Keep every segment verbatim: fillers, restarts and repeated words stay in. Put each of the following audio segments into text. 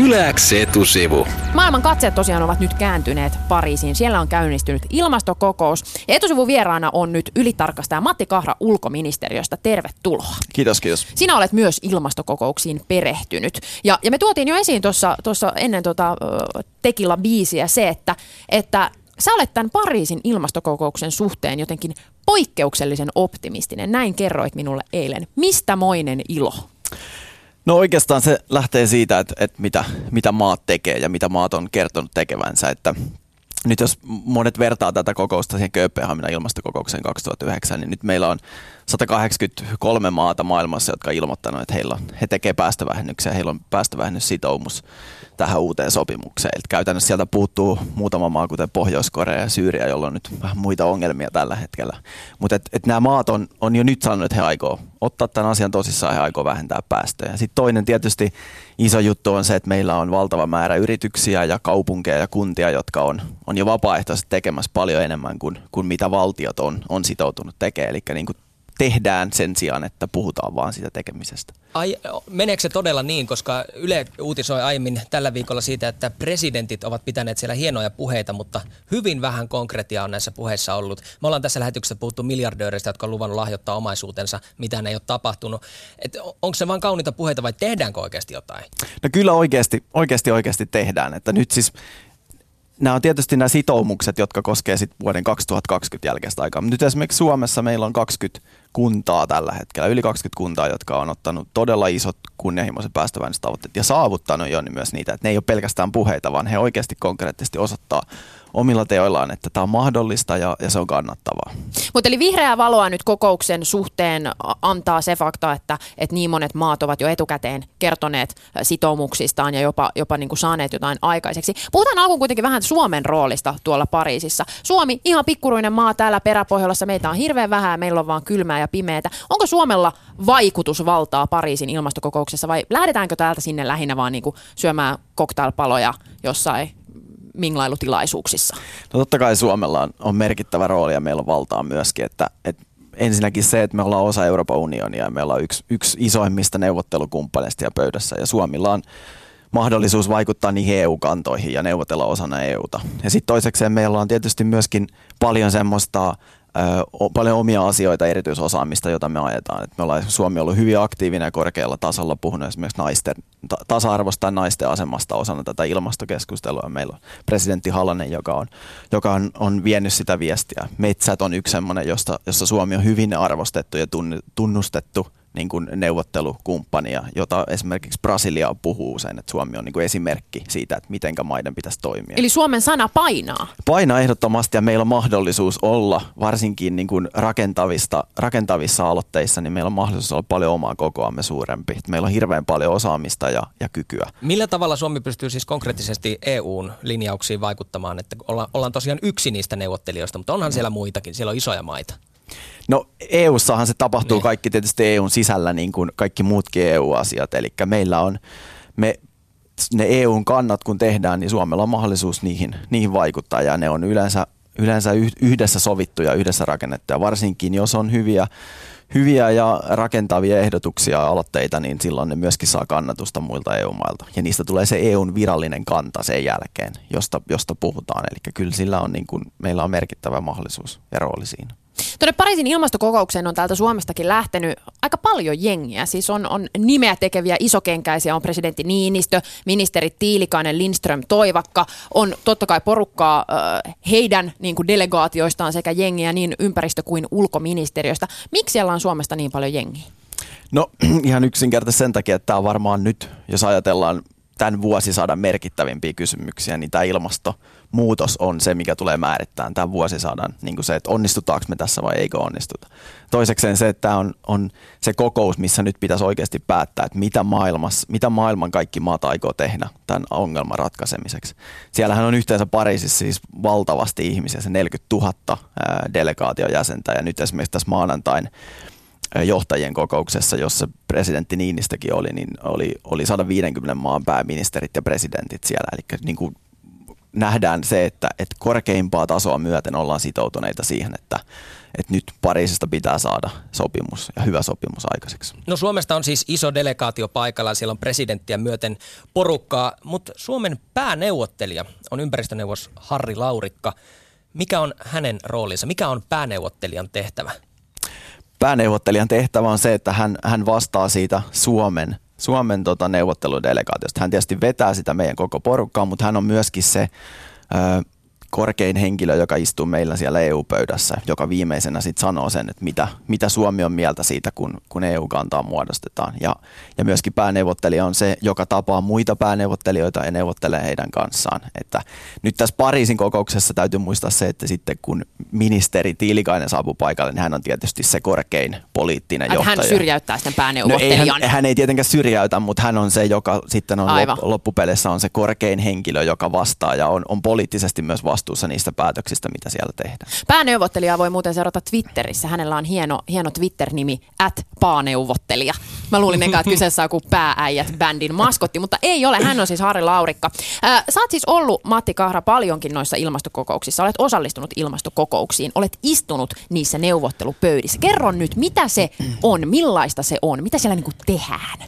Yle X etusivu. Maailman katseet tosiaan ovat nyt kääntyneet Pariisiin. Siellä on käynnistynyt ilmastokokous. Ja etusivun vieraana on nyt ylitarkastaja Matti Kahra ulkoministeriöstä. Tervetuloa. Kiitos, kiitos. Sinä olet myös ilmastokokouksiin perehtynyt. Ja, ja me tuotiin jo esiin tuossa ennen tota, Tekila-biisiä se, että, että sä olet tämän Pariisin ilmastokokouksen suhteen jotenkin poikkeuksellisen optimistinen. Näin kerroit minulle eilen. Mistä moinen ilo? No oikeastaan se lähtee siitä, että, että mitä, mitä maat tekee ja mitä maat on kertonut tekevänsä. Että nyt jos monet vertaa tätä kokousta siihen Kööpenhaminan ilmastokokoukseen kaksituhattayhdeksän, niin nyt meillä on sata kahdeksankymmentäkolme maata maailmassa, jotka on ilmoittanut, että heillä on, he tekee päästövähennyksiä, heillä on päästövähennyssitoumus tähän uuteen sopimukseen. Eli käytännössä sieltä puuttuu muutama maa, kuten Pohjois-Korea ja Syyria, jolla on nyt vähän muita ongelmia tällä hetkellä. Mutta et, et nämä maat on, on jo nyt sanonut, että he aikoo ottaa tämän asian tosissaan, he aikoo vähentää päästöjä. Sitten toinen tietysti iso juttu on se, että meillä on valtava määrä yrityksiä ja kaupunkeja ja kuntia, jotka on, on jo vapaaehtoisesti tekemässä paljon enemmän kuin, kuin mitä valtiot on, on sitoutunut tekemään. Eli niin kuin tehdään sen sijaan, että puhutaan vaan siitä tekemisestä. Ai, meneekö se todella niin, koska Yle uutisoi aiemmin tällä viikolla siitä, että presidentit ovat pitäneet siellä hienoja puheita, mutta hyvin vähän konkretiaa on näissä puheissa ollut. Me ollaan tässä lähetyksessä puhuttu miljardööreistä, jotka on luvannut lahjoittaa omaisuutensa, mitään ei ole tapahtunut. Et onko se vain kauniita puheita vai tehdäänkö oikeasti jotain? No kyllä oikeasti, oikeasti, oikeasti tehdään. Että nyt siis nämä on tietysti nämä sitoumukset, jotka koskevat sitten vuoden kaksituhattakaksikymmentä jälkeistä aikaa. Nyt esimerkiksi Suomessa meillä on kaksikymmentä kuntaa tällä hetkellä, yli kaksikymmentä kuntaa, jotka on ottanut todella isot kunnianhimoiset päästövähennystavoitteet ja saavuttanut jo niin myös niitä, että ne ei ole pelkästään puheita, vaan he oikeasti konkreettisesti osoittaa omilla teoillaan, että tämä on mahdollista ja, ja se on kannattavaa. Mutta eli vihreää valoa nyt kokouksen suhteen antaa se fakta, että, että niin monet maat ovat jo etukäteen kertoneet sitoumuksistaan ja jopa, jopa niin kuin saaneet jotain aikaiseksi. Puhutaan alkuun kuitenkin vähän Suomen roolista tuolla Pariisissa. Suomi, ihan pikkuruinen maa täällä peräpohjolassa, meitä on hirveän vähän, meillä on vaan kylmää ja pimeätä. Onko Suomella vaikutusvaltaa Pariisin ilmastokokouksessa vai lähdetäänkö täältä sinne lähinnä vaan niin kuin syömään cocktailpaloja jossain minglailu-tilaisuuksissa? No totta kai Suomella on, on merkittävä rooli ja meillä on valtaa myöskin, että, että ensinnäkin se, että me ollaan osa Euroopan unionia ja me ollaan yksi, yksi isoimmista neuvottelukumppaneista ja pöydässä ja Suomilla on mahdollisuus vaikuttaa niihin E U-kantoihin ja neuvotella osana E Uta. Ja sitten toisekseen meillä on tietysti myöskin paljon semmoista Ö, paljon omia asioita, erityisosaamista, jota me ajetaan. Et me ollaan Suomi on ollut hyvin aktiivinen ja korkealla tasolla puhunut esimerkiksi naisten, ta- tasa-arvosta ja naisten asemasta osana tätä ilmastokeskustelua. Meillä on presidentti Halonen, joka on, joka on, on vienyt sitä viestiä. Metsät on yksi semmoinen, josta, jossa Suomi on hyvin arvostettu ja tunnustettu niin kuin neuvottelukumppania, jota esimerkiksi Brasilia puhuu usein, että Suomi on niin kuin esimerkki siitä, että mitenkä maiden pitäisi toimia. Eli Suomen sana painaa? Painaa ehdottomasti ja meillä on mahdollisuus olla varsinkin niin kuin rakentavista, rakentavissa aloitteissa, niin meillä on mahdollisuus olla paljon omaa kokoamme suurempi. Meillä on hirveän paljon osaamista ja, ja kykyä. Millä tavalla Suomi pystyy siis konkreettisesti E U:n linjauksiin vaikuttamaan, että olla, ollaan tosiaan yksi niistä neuvottelijoista, mutta onhan siellä muitakin, siellä on isoja maita. No E U:ssahan se tapahtuu niin. Kaikki tietysti E U:n sisällä niin kuin kaikki muutkin E U-asiat, eli meillä on me, ne E U:n kannat kun tehdään, niin Suomella on mahdollisuus niihin, niihin vaikuttaa ja ne on yleensä, yleensä yhdessä sovittuja, yhdessä rakennettuja, varsinkin jos on hyviä, hyviä ja rakentavia ehdotuksia ja aloitteita, niin silloin ne myöskin saa kannatusta muilta E U-mailta ja niistä tulee se E U:n virallinen kanta sen jälkeen, josta, josta puhutaan, eli kyllä sillä on niin kuin, meillä on merkittävä mahdollisuus ja rooli siinä. Tuonne Pariisin ilmastokokoukseen on täältä Suomestakin lähtenyt aika paljon jengiä. Siis on, on nimeä tekeviä isokenkäisiä, on presidentti Niinistö, ministerit Tiilikainen, Lindström, Toivakka. On totta kai porukkaa äh, heidän niin kuin delegaatioistaan sekä jengiä niin ympäristö- kuin ulkoministeriöstä. Miksi siellä on Suomesta niin paljon jengiä? No ihan yksinkertaisesti sen takia, että tämä on varmaan nyt, jos ajatellaan tämän vuosisadan merkittävimpiä kysymyksiä, niin tämä ilmastonmuutos on se, mikä tulee määrittämään tämän vuosisadan, niin kuin se, että onnistutaanko me tässä vai eikö onnistuta. Toisekseen se, että tämä on, on se kokous, missä nyt pitäisi oikeasti päättää, että mitä, maailmassa, mitä maailman kaikki maat aikoo tehdä tämän ongelman ratkaisemiseksi. Siellähän on yhteensä Pariisissa siis valtavasti ihmisiä, se neljäkymmentätuhatta delegaatiojäsentä ja nyt esimerkiksi tässä maanantain johtajien kokouksessa, jossa presidentti Niinistökin oli, niin oli, oli sata viisikymmentä maan pääministerit ja presidentit siellä. Eli niin kuin nähdään se, että, että korkeimpaa tasoa myöten ollaan sitoutuneita siihen, että, että nyt Pariisista pitää saada sopimus ja hyvä sopimus aikaiseksi. No Suomesta on siis iso delegaatio paikalla, siellä on presidenttiä myöten porukkaa, mutta Suomen pääneuvottelija on ympäristöneuvos Harri Laurikka. Mikä on hänen roolinsa? Mikä on pääneuvottelijan tehtävä? Pääneuvottelijan tehtävä on se, että hän, hän vastaa siitä Suomen, Suomen tota, neuvotteludelegaatiosta. Hän tietysti vetää sitä meidän koko porukkaa, mutta hän on myöskin se ö, korkein henkilö, joka istuu meillä siellä E U-pöydässä, joka viimeisenä sitten sanoo sen, että mitä, mitä Suomi on mieltä siitä, kun, kun E U-kantaa muodostetaan. Ja, ja myöskin pääneuvottelija on se, joka tapaa muita pääneuvottelijoita ja neuvottelee heidän kanssaan. Että nyt tässä Pariisin kokouksessa täytyy muistaa se, että sitten kun ministeri Tiilikainen saapuu paikalle, niin hän on tietysti se korkein poliittinen johtaja. Hän syrjäyttää sitten pääneuvottelijan. No ei, hän, hän ei tietenkään syrjäytä, mutta hän on se, joka sitten on lop, loppupeleissä on se korkein henkilö, joka vastaa ja on, on poliittisesti myös vastuussa niistä päätöksistä, mitä siellä tehdään. Pääneuvottelijaa voi muuten seurata Twitterissä. Hänellä on hieno, hieno Twitter-nimi at paaneuvottelija. Mä luulin eka, että kyseessä on joku Päääijät-bändin maskotti, mutta ei ole. Hän on siis Harri Laurikka. Äh, sä oot siis ollut, Matti Kahra, paljonkin noissa ilmastokokouksissa. Olet osallistunut ilmastokokouksiin. Olet istunut niissä neuvottelupöydissä. Kerro nyt, mitä se on, millaista se on, mitä siellä niinku tehdään?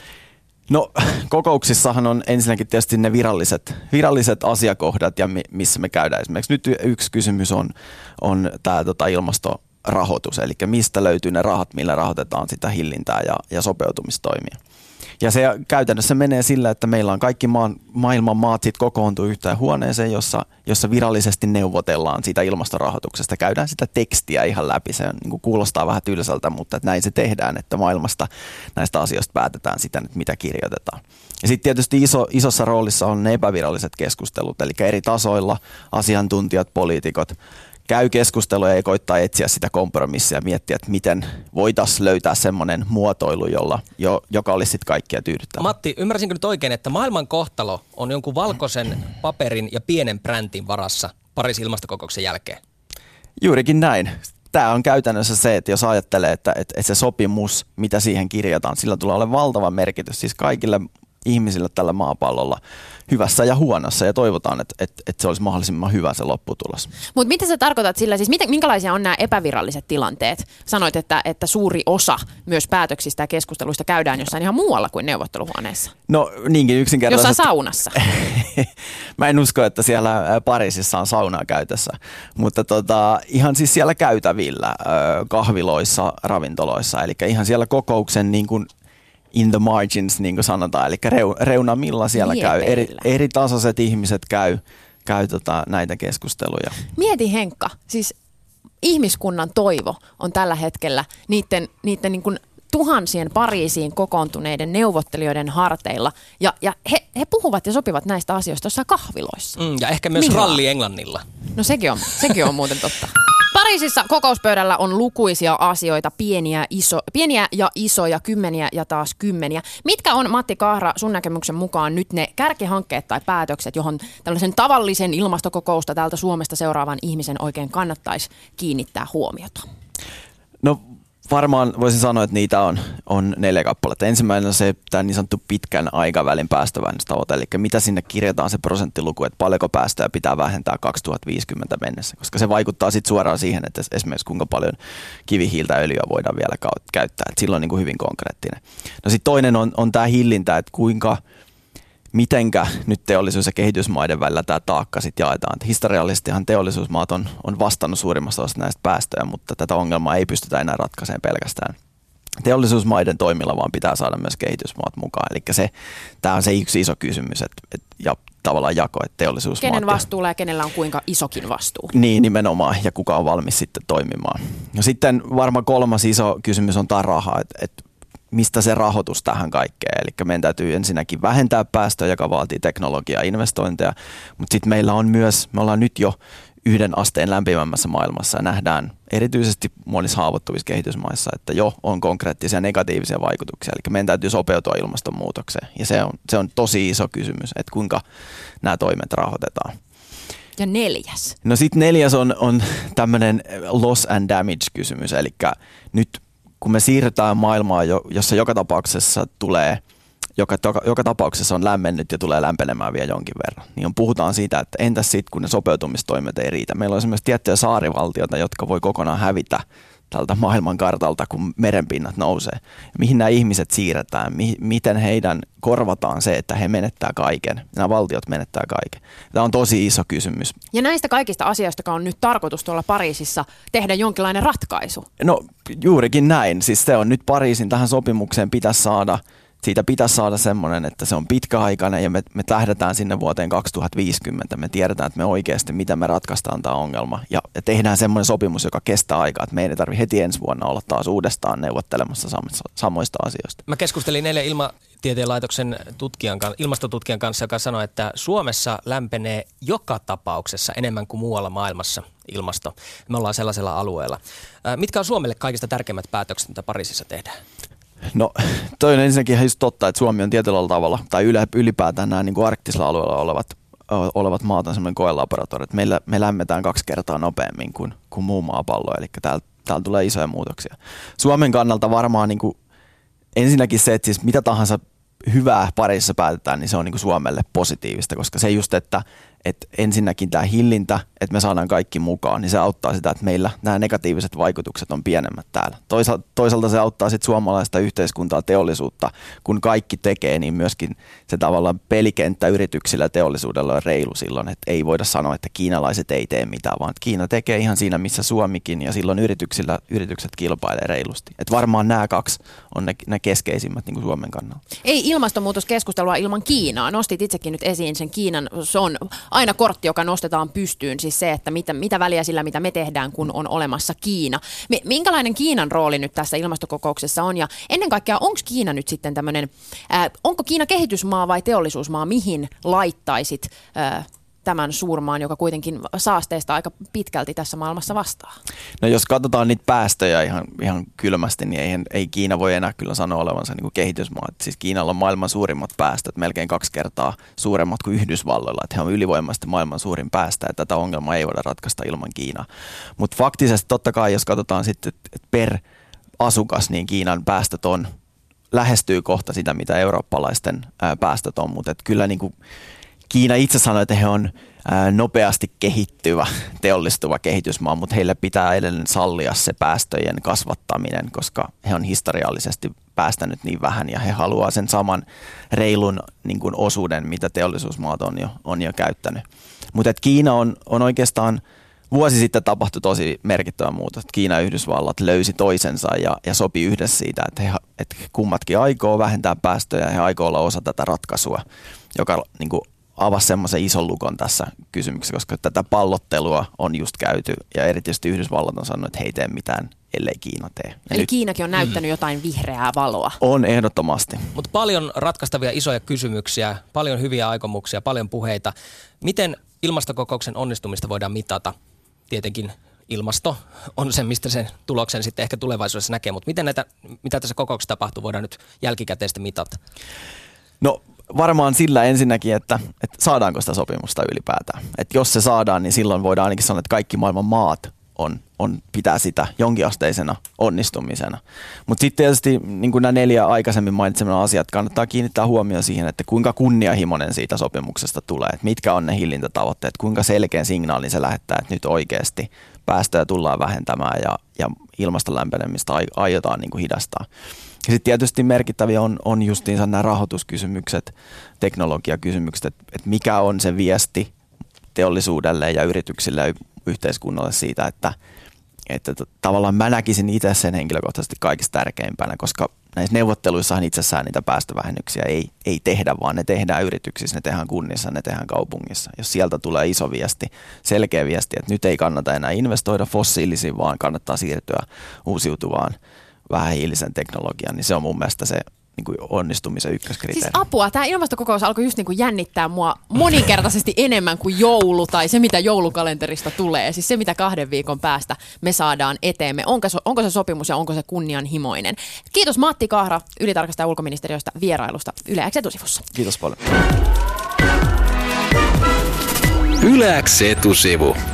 No kokouksissahan on ensinnäkin tietysti ne viralliset, viralliset asiakohdat, ja mi, missä me käydään. Esimerkiksi nyt yksi kysymys on, on tämä tota, ilmastorahoitus, eli mistä löytyy ne rahat, millä rahoitetaan sitä hillintää ja, ja sopeutumistoimia. Ja se käytännössä menee sillä, että meillä on kaikki maan, maailman maat sit kokoontuu yhteen huoneeseen, jossa, jossa virallisesti neuvotellaan siitä ilmastorahoituksesta. Käydään sitä tekstiä ihan läpi. Se niin kuin kuulostaa vähän tylsältä, mutta että näin se tehdään, että maailmasta näistä asioista päätetään sitä, mitä kirjoitetaan. Ja sitten tietysti iso, isossa roolissa on ne epäviralliset keskustelut, eli eri tasoilla asiantuntijat, poliitikot käy keskustelua ja koittaa etsiä sitä kompromissia ja miettiä, että miten voitaisiin löytää semmoinen muotoilu, jolla, jo, joka olisi sitten kaikkia tyydyttävä. Matti, ymmärsinkö nyt oikein, että maailman kohtalo on jonkun valkoisen paperin ja pienen präntin varassa Pariisin ilmastokokouksen jälkeen? Juurikin näin. Tämä on käytännössä se, että jos ajattelee, että, että, että se sopimus, mitä siihen kirjataan, sillä tulee olemaan valtava merkitys siis kaikille ihmisille tällä maapallolla hyvässä ja huonossa, ja toivotaan, että, että, että se olisi mahdollisimman hyvä se lopputulos. Mutta mitä sä tarkoitat sillä, siis miten, minkälaisia on nämä epäviralliset tilanteet? Sanoit, että, että suuri osa myös päätöksistä ja keskusteluista käydään jossain ihan muualla kuin neuvotteluhuoneessa. No niinkin yksinkertaisesti. Jossain saunassa. Mä en usko, että siellä Pariisissa on saunaa käytössä, mutta tota, ihan siis siellä käytävillä, kahviloissa, ravintoloissa, eli ihan siellä kokouksen niin kuin in the margins, niin kuin sanotaan, eli reunamilla siellä Miepeillä. käy. Eri, eri tasoiset ihmiset käy, käy tota, näitä keskusteluja. Mieti Henkka, siis ihmiskunnan toivo on tällä hetkellä niiden, niiden niin kuin tuhansien Pariisiin kokoontuneiden neuvottelijoiden harteilla, ja, ja he, he puhuvat ja sopivat näistä asioista jossain kahviloissa. Mm, ja ehkä myös Milla? ralli Englannilla. No sekin on, sekin on muuten totta. Pariisissa kokouspöydällä on lukuisia asioita, pieniä, iso, pieniä ja isoja, kymmeniä ja taas kymmeniä. Mitkä on, Matti Kahra, sun näkemyksen mukaan nyt ne kärkihankkeet tai päätökset, johon tällaisen tavallisen ilmastokokousta täältä Suomesta seuraavan ihmisen oikein kannattaisi kiinnittää huomiota? No varmaan voisin sanoa, että niitä on, on neljä kappaletta. Ensimmäinen on se tämä niin sanottu pitkän aikavälin päästövähennystavoite, eli mitä sinne kirjataan se prosenttiluku, että paljonko päästöjä pitää vähentää kaksituhattaviisikymmentä mennessä, koska se vaikuttaa sitten suoraan siihen, että esimerkiksi kuinka paljon kivihiiltä ja öljyä voidaan vielä käyttää, että silloin on niin kuin hyvin konkreettinen. No sitten toinen on, on tämä hillintä, että kuinka mitenkä nyt teollisuus- ja kehitysmaiden välillä tämä taakka sitten jaetaan. Et historiallisestihan teollisuusmaat on, on vastannut suurimmasta osasta näistä päästöjä, mutta tätä ongelmaa ei pystytä enää ratkaisemaan pelkästään teollisuusmaiden toimilla, vaan pitää saada myös kehitysmaat mukaan. Eli se, tämä on se yksi iso kysymys et, et, ja tavallaan jako, että teollisuusmaat. Kenen vastuulla ja kenellä on kuinka isokin vastuu? Niin, nimenomaan, ja kuka on valmis sitten toimimaan. No sitten varmaan kolmas iso kysymys on tämä raha, että et, mistä se rahoitus tähän kaikkeen. Eli meidän täytyy ensinnäkin vähentää päästöjä, joka vaatii teknologiaa ja investointeja, mutta sitten meillä on myös, me ollaan nyt jo yhden asteen lämpimämmässä maailmassa ja nähdään erityisesti monissa haavoittuvissa kehitysmaissa, että jo on konkreettisia negatiivisia vaikutuksia. Eli meidän täytyy sopeutua ilmastonmuutokseen ja se on, se on tosi iso kysymys, että kuinka nämä toimet rahoitetaan. Ja neljäs? No sitten neljäs on, on tämmöinen loss and damage kysymys, eli nyt kun me siirrytään maailmaan, jossa joka tapauksessa tulee joka, joka, joka tapauksessa on lämmennyt ja tulee lämpenemään vielä jonkin verran. Niin on, puhutaan siitä, että entäs sitten, kun ne sopeutumistoimet ei riitä. Meillä on esimerkiksi tiettyjä saarivaltioita, jotka voi kokonaan hävitä tältä maailmankartalta, kun merenpinnat nousee. Mihin nämä ihmiset siirretään, mi- miten heidän korvataan se, että he menettää kaiken. Nämä valtiot menettää kaiken. Tämä on tosi iso kysymys. Ja näistä kaikista asioista, jotka on nyt tarkoitus tuolla Pariisissa tehdä jonkinlainen ratkaisu. No juurikin näin. Siis se on nyt Pariisin tähän sopimukseen pitäisi saada, siitä pitäisi saada semmoinen, että se on pitkäaikainen ja me, me tähdätään sinne vuoteen kaksituhattaviisikymmentä. Me tiedetään, että me oikeasti, miten me ratkaistaan tämä ongelma ja, ja tehdään semmoinen sopimus, joka kestää aikaa, että meidän ei tarvitse heti ensi vuonna olla taas uudestaan neuvottelemassa samoista asioista. Mä keskustelin eilen Ilmatieteen laitoksen tutkijan, ilmastotutkijan kanssa, joka sanoi, että Suomessa lämpenee joka tapauksessa enemmän kuin muualla maailmassa ilmasto. Me ollaan sellaisella alueella. Mitkä on Suomelle kaikista tärkeimmät päätökset, mitä Pariisissa tehdään? No toi on ensinnäkin ihan just totta, että Suomi on tietyllä tavalla, tai ylipäätään nämä niin kuin arktisella alueella olevat, olevat maat on semmoinen koelaboratorio, että meillä, me lämmetään kaksi kertaa nopeammin kuin, kuin muu maapallo, eli täällä, täällä tulee isoja muutoksia. Suomen kannalta varmaan niin kuin, ensinnäkin se, että siis mitä tahansa hyvää Pariisissa päätetään, niin se on niin kuin Suomelle positiivista, koska se just, että että ensinnäkin tämä hillintä, että me saadaan kaikki mukaan, niin se auttaa sitä, että meillä nämä negatiiviset vaikutukset on pienemmät täällä. Toisaalta, toisaalta se auttaa sitten suomalaista yhteiskuntaa, teollisuutta, kun kaikki tekee, niin myöskin se tavallaan pelikenttä yrityksillä ja teollisuudella on reilu silloin, että ei voida sanoa, että kiinalaiset ei tee mitään, vaan että Kiina tekee ihan siinä, missä Suomikin, ja silloin yrityksillä, yritykset kilpailee reilusti. Että varmaan nämä kaksi on ne, ne keskeisimmät niin kuin Suomen kannalta. Ei ilmastonmuutoskeskustelua ilman Kiinaa. Nostit itsekin nyt esiin sen Kiinan, se on aina kortti, joka nostetaan pystyyn, siis se, että mitä, mitä väliä sillä, mitä me tehdään, kun on olemassa Kiina. Minkälainen Kiinan rooli nyt tässä ilmastokokouksessa on, ja ennen kaikkea, onko Kiina nyt sitten tämmöinen, äh, onko Kiina kehitysmaa vai teollisuusmaa, mihin laittaisit äh, tämän suurmaan, joka kuitenkin saasteista aika pitkälti tässä maailmassa vastaa? No jos katsotaan niitä päästöjä ihan, ihan kylmästi, niin ei, ei Kiina voi enää kyllä sanoa olevansa niin kuin kehitysmaa. Et siis Kiinalla on maailman suurimmat päästöt, melkein kaksi kertaa suuremmat kuin Yhdysvalloilla. Et he on ylivoimaisesti maailman suurin päästä, ja tätä ongelmaa ei voida ratkaista ilman Kiinaa. Mutta faktisesti totta kai, jos katsotaan sitten, että per asukas, niin Kiinan päästöt on, lähestyy kohta sitä, mitä eurooppalaisten ää, päästöt on, mutta kyllä niin kuin Kiina itse sanoi, että he on nopeasti kehittyvä, teollistuva kehitysmaa, mutta heille pitää edelleen sallia se päästöjen kasvattaminen, koska he on historiallisesti päästänyt niin vähän ja he haluaa sen saman reilun niin kuin osuuden, mitä teollisuusmaat on jo, on jo käyttänyt. Mutta Kiina on, on oikeastaan, vuosi sitten tapahtui tosi merkittävä muutos. Kiina ja Yhdysvallat löysi toisensa ja, ja sopi yhdessä siitä, että, he, että kummatkin aikoo vähentää päästöjä ja he aikoo olla osa tätä ratkaisua, joka niin kuin avasi semmoisen ison lukon tässä kysymyksessä, koska tätä pallottelua on just käyty ja erityisesti Yhdysvallat on sanonut, että he ei tee mitään, ellei Kiina tee. Ja Eli nyt Kiinakin on näyttänyt jotain vihreää valoa. on ehdottomasti. Mutta paljon ratkaistavia isoja kysymyksiä, paljon hyviä aikomuksia, paljon puheita. Miten ilmastokokouksen onnistumista voidaan mitata? Tietenkin ilmasto on se, mistä sen tuloksen sitten ehkä tulevaisuudessa näkee, mutta miten näitä, mitä tässä kokouksessa tapahtuu, voidaan nyt jälkikäteistä mitata? No varmaan sillä ensinnäkin, että, että saadaanko sitä sopimusta ylipäätään. Että jos se saadaan, niin silloin voidaan ainakin sanoa, että kaikki maailman maat on, on, pitää sitä jonkinasteisena onnistumisena. Mutta sitten tietysti niin kuin nämä neljä aikaisemmin mainitsemana asiat, kannattaa kiinnittää huomioon siihen, että kuinka kunnianhimoinen siitä sopimuksesta tulee. Että mitkä on ne hillintätavoitteet, kuinka selkeän signaalin se lähettää, että nyt oikeasti päästöjä tullaan vähentämään ja, ja ilmaston lämpenemistä aiotaan niin kuin hidastaa. Ja sitten tietysti merkittäviä on, on justiinsa nämä rahoituskysymykset, teknologiakysymykset, että, että mikä on se viesti teollisuudelle ja yrityksille ja yhteiskunnalle siitä, että, että tavallaan mä näkisin itse sen henkilökohtaisesti kaikista tärkeimpänä, koska näissä neuvotteluissahan itsessään niitä päästövähennyksiä ei, ei tehdä, vaan ne tehdään yrityksissä, ne tehdään kunnissa, ne tehdään kaupungissa. Jos sieltä tulee iso viesti, selkeä viesti, että nyt ei kannata enää investoida fossiilisiin, vaan kannattaa siirtyä uusiutuvaan vähähiilisen teknologian, niin se on mun mielestä se niin kuin onnistumisen ykköskriteeri. Siis apua, tämä ilmastokokous alkoi just niin kuin jännittää mua moninkertaisesti enemmän kuin joulu tai se, mitä joulukalenterista tulee. Siis se, mitä kahden viikon päästä me saadaan eteemme. Onko se, onko se sopimus ja onko se kunnianhimoinen? Kiitos Matti Kahra, ylitarkastaja ulkoministeriöstä vierailusta Yle X etusivussa. Kiitos paljon. Yle X etusivu.